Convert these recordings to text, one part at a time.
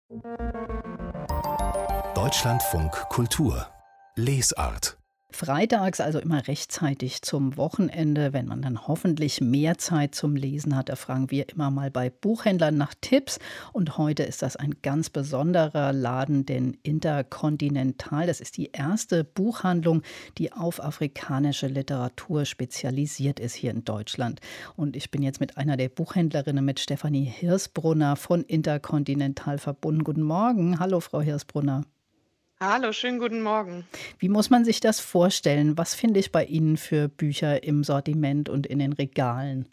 Deutschlandfunk Kultur Lesart. Freitags, also immer rechtzeitig zum Wochenende, wenn man dann hoffentlich mehr Zeit zum Lesen hat, da fragen wir immer mal bei Buchhändlern nach Tipps. Und heute ist das ein ganz besonderer Laden, denn Intercontinental, das ist die erste Buchhandlung, die auf afrikanische Literatur spezialisiert ist hier in Deutschland. Und ich bin jetzt mit einer der Buchhändlerinnen, mit Stefanie Hirsbrunner von Intercontinental verbunden. Guten Morgen. Hallo, Frau Hirsbrunner. Hallo, schönen guten Morgen. Wie muss man sich das vorstellen? Was finde ich bei Ihnen für Bücher im Sortiment und in den Regalen?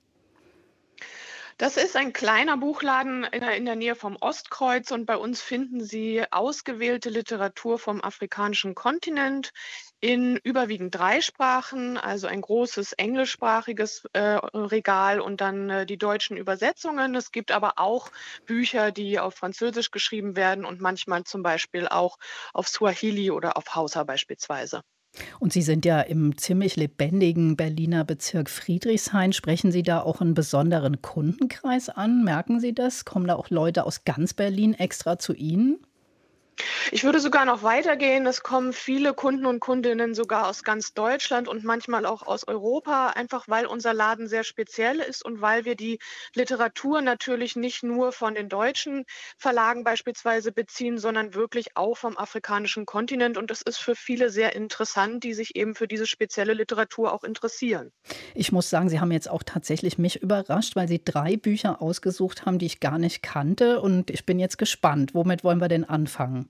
Das ist ein kleiner Buchladen in der Nähe vom Ostkreuz und bei uns finden Sie ausgewählte Literatur vom afrikanischen Kontinent in überwiegend 3 Sprachen, also ein großes englischsprachiges Regal und dann die deutschen Übersetzungen. Es gibt aber auch Bücher, die auf Französisch geschrieben werden und manchmal zum Beispiel auch auf Swahili oder auf Hausa beispielsweise. Und Sie sind ja im ziemlich lebendigen Berliner Bezirk Friedrichshain. Sprechen Sie da auch einen besonderen Kundenkreis an? Merken Sie das? Kommen da auch Leute aus ganz Berlin extra zu Ihnen? Ich würde sogar noch weitergehen. Es kommen viele Kunden und Kundinnen sogar aus ganz Deutschland und manchmal auch aus Europa, einfach weil unser Laden sehr speziell ist und weil wir die Literatur natürlich nicht nur von den deutschen Verlagen beispielsweise beziehen, sondern wirklich auch vom afrikanischen Kontinent. Und das ist für viele sehr interessant, die sich eben für diese spezielle Literatur auch interessieren. Ich muss sagen, Sie haben jetzt auch tatsächlich mich überrascht, weil Sie 3 Bücher ausgesucht haben, die ich gar nicht kannte. Und ich bin jetzt gespannt. Womit wollen wir denn anfangen?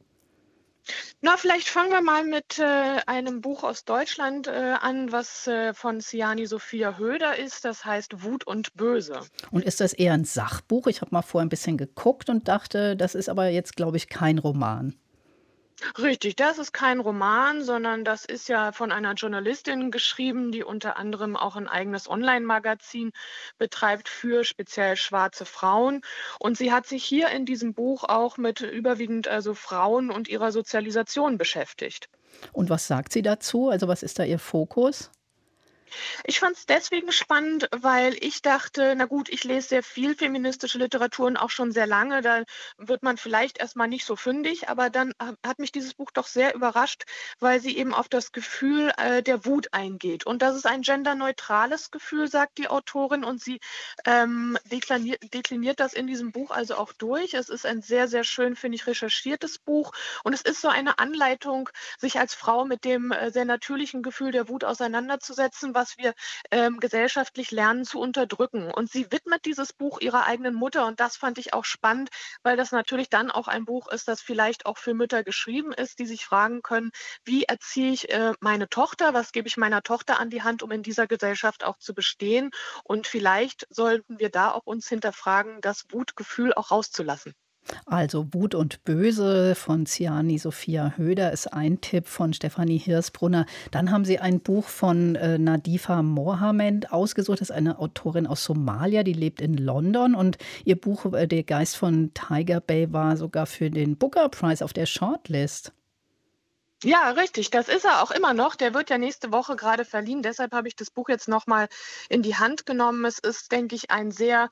Na, vielleicht fangen wir mal mit einem Buch aus Deutschland an, was von Ziani Sophia Höder ist. Das heißt Wut und Böse. Und ist das eher ein Sachbuch? Ich habe mal vorher ein bisschen geguckt und dachte, das ist aber jetzt, glaube ich, kein Roman. Richtig, das ist kein Roman, sondern das ist ja von einer Journalistin geschrieben, die unter anderem auch ein eigenes Online-Magazin betreibt für speziell schwarze Frauen. Und sie hat sich hier in diesem Buch auch mit überwiegend also Frauen und ihrer Sozialisation beschäftigt. Und was sagt sie dazu? Also, was ist da Ihr Fokus? Ich fand es deswegen spannend, weil ich dachte, na gut, ich lese sehr viel feministische Literatur und auch schon sehr lange, da wird man vielleicht erst mal nicht so fündig, aber dann hat mich dieses Buch doch sehr überrascht, weil sie eben auf das Gefühl, der Wut eingeht. Und das ist ein genderneutrales Gefühl, sagt die Autorin, und sie, dekliniert das in diesem Buch also auch durch. Es ist ein sehr, sehr schön, finde ich, recherchiertes Buch und es ist so eine Anleitung, sich als Frau mit dem, sehr natürlichen Gefühl der Wut auseinanderzusetzen, was wir, gesellschaftlich lernen zu unterdrücken. Und sie widmet dieses Buch ihrer eigenen Mutter und das fand ich auch spannend, weil das natürlich dann auch ein Buch ist, das vielleicht auch für Mütter geschrieben ist, die sich fragen können: „Wie erziehe ich, meine Tochter? Was gebe ich meiner Tochter an die Hand, um in dieser Gesellschaft auch zu bestehen?“ Und vielleicht sollten wir da auch uns hinterfragen, das Wutgefühl auch rauszulassen. Also Wut und Böse von Ziani Sophia Höder ist ein Tipp von Stefanie Hirsbrunner. Dann haben Sie ein Buch von Nadifa Mohammed ausgesucht. Das ist eine Autorin aus Somalia, die lebt in London. Und ihr Buch Der Geist von Tiger Bay war sogar für den Booker Prize auf der Shortlist. Ja, richtig, das ist er auch immer noch. Der wird ja nächste Woche gerade verliehen. Deshalb habe ich das Buch jetzt noch mal in die Hand genommen. Es ist, denke ich, ein sehr,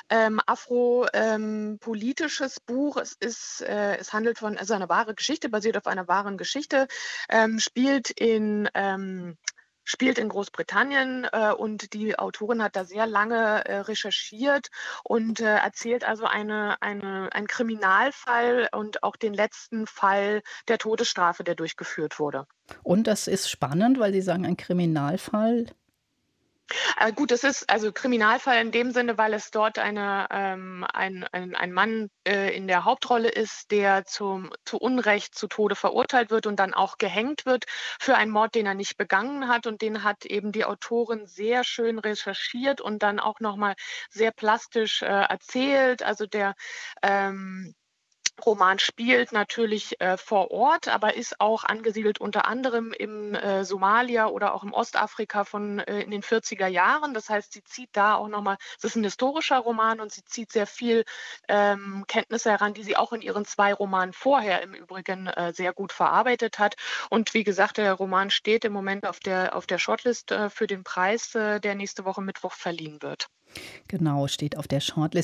politisches Buch. Es handelt von also eine wahre Geschichte, basiert auf einer wahren Geschichte, spielt spielt in Großbritannien, und die Autorin hat da sehr lange, recherchiert und, erzählt also einen Kriminalfall und auch den letzten Fall der Todesstrafe, der durchgeführt wurde. Und das ist spannend, weil Sie sagen, ein Kriminalfall. Gut, es ist also Kriminalfall in dem Sinne, weil es dort ein Mann, in der Hauptrolle ist, der zu Unrecht zu Tode verurteilt wird und dann auch gehängt wird für einen Mord, den er nicht begangen hat. Und den hat eben die Autorin sehr schön recherchiert und dann auch noch mal sehr plastisch, erzählt. Also ähm Roman spielt natürlich, vor Ort, aber ist auch angesiedelt unter anderem im, Somalia oder auch im Ostafrika von in den 40er Jahren. Das heißt, sie zieht da auch noch mal es ist ein historischer Roman und sie zieht sehr viel, Kenntnisse heran, die sie auch in ihren 2 Romanen vorher im Übrigen, sehr gut verarbeitet hat. Und wie gesagt, der Roman steht im Moment auf der Shortlist, für den Preis, der nächste Woche Mittwoch verliehen wird. Genau, steht auf der Shortlist. Der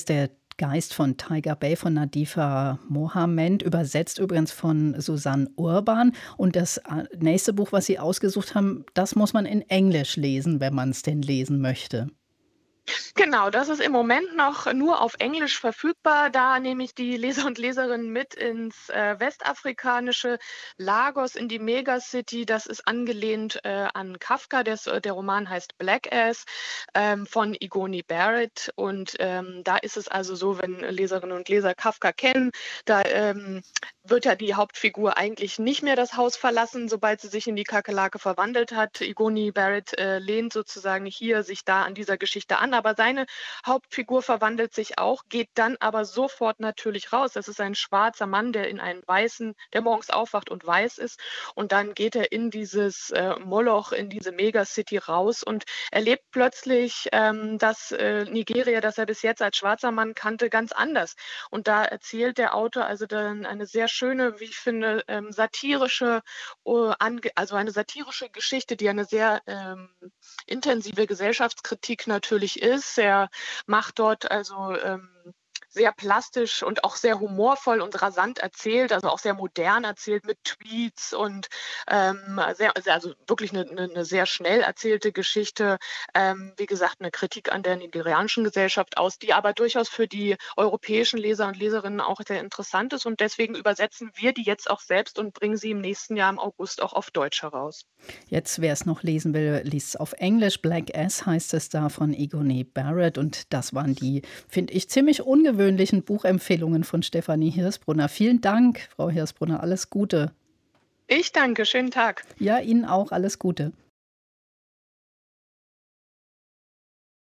Geist von Tiger Bay von Nadifa Mohammed, übersetzt übrigens von Susanne Urban. Und das nächste Buch, was Sie ausgesucht haben, das muss man in Englisch lesen, wenn man es denn lesen möchte. Genau, das ist im Moment noch nur auf Englisch verfügbar. Da nehme ich die Leser und Leserinnen mit ins westafrikanische Lagos, in die Megacity. Das ist angelehnt an Kafka. Der Roman heißt Black Ass von Igoni Barrett. Und da ist es also so, wenn Leserinnen und Leser Kafka kennen, da wird ja die Hauptfigur eigentlich nicht mehr das Haus verlassen, sobald sie sich in die Kakerlake verwandelt hat. Igoni Barrett lehnt sozusagen hier sich da an dieser Geschichte an, aber seine Hauptfigur verwandelt sich auch, geht dann aber sofort natürlich raus. Das ist ein schwarzer Mann, der in einen weißen, der morgens aufwacht und weiß ist, und dann geht er in dieses Moloch, in diese Megacity raus und erlebt plötzlich das Nigeria, das er bis jetzt als schwarzer Mann kannte, ganz anders. Und da erzählt der Autor also dann eine sehr schöne, wie ich finde, satirische, also eine satirische Geschichte, die eine sehr intensive Gesellschaftskritik natürlich ist. Er macht dort also sehr plastisch und auch sehr humorvoll und rasant erzählt, also auch sehr modern erzählt mit Tweets und also wirklich eine sehr schnell erzählte Geschichte. Wie gesagt, eine Kritik an der nigerianischen Gesellschaft aus, die aber durchaus für die europäischen Leser und Leserinnen auch sehr interessant ist. Und deswegen übersetzen wir die jetzt auch selbst und bringen sie im nächsten Jahr im August auch auf Deutsch heraus. Jetzt, wer es noch lesen will, liest es auf Englisch. Black Ass heißt es da von Igoni Barrett. Und das waren die, finde ich, ziemlich ungewöhnlichen Buchempfehlungen von Stefanie Hirsbrunner. Vielen Dank, Frau Hirsbrunner. Alles Gute. Ich danke. Schönen Tag. Ja, Ihnen auch alles Gute.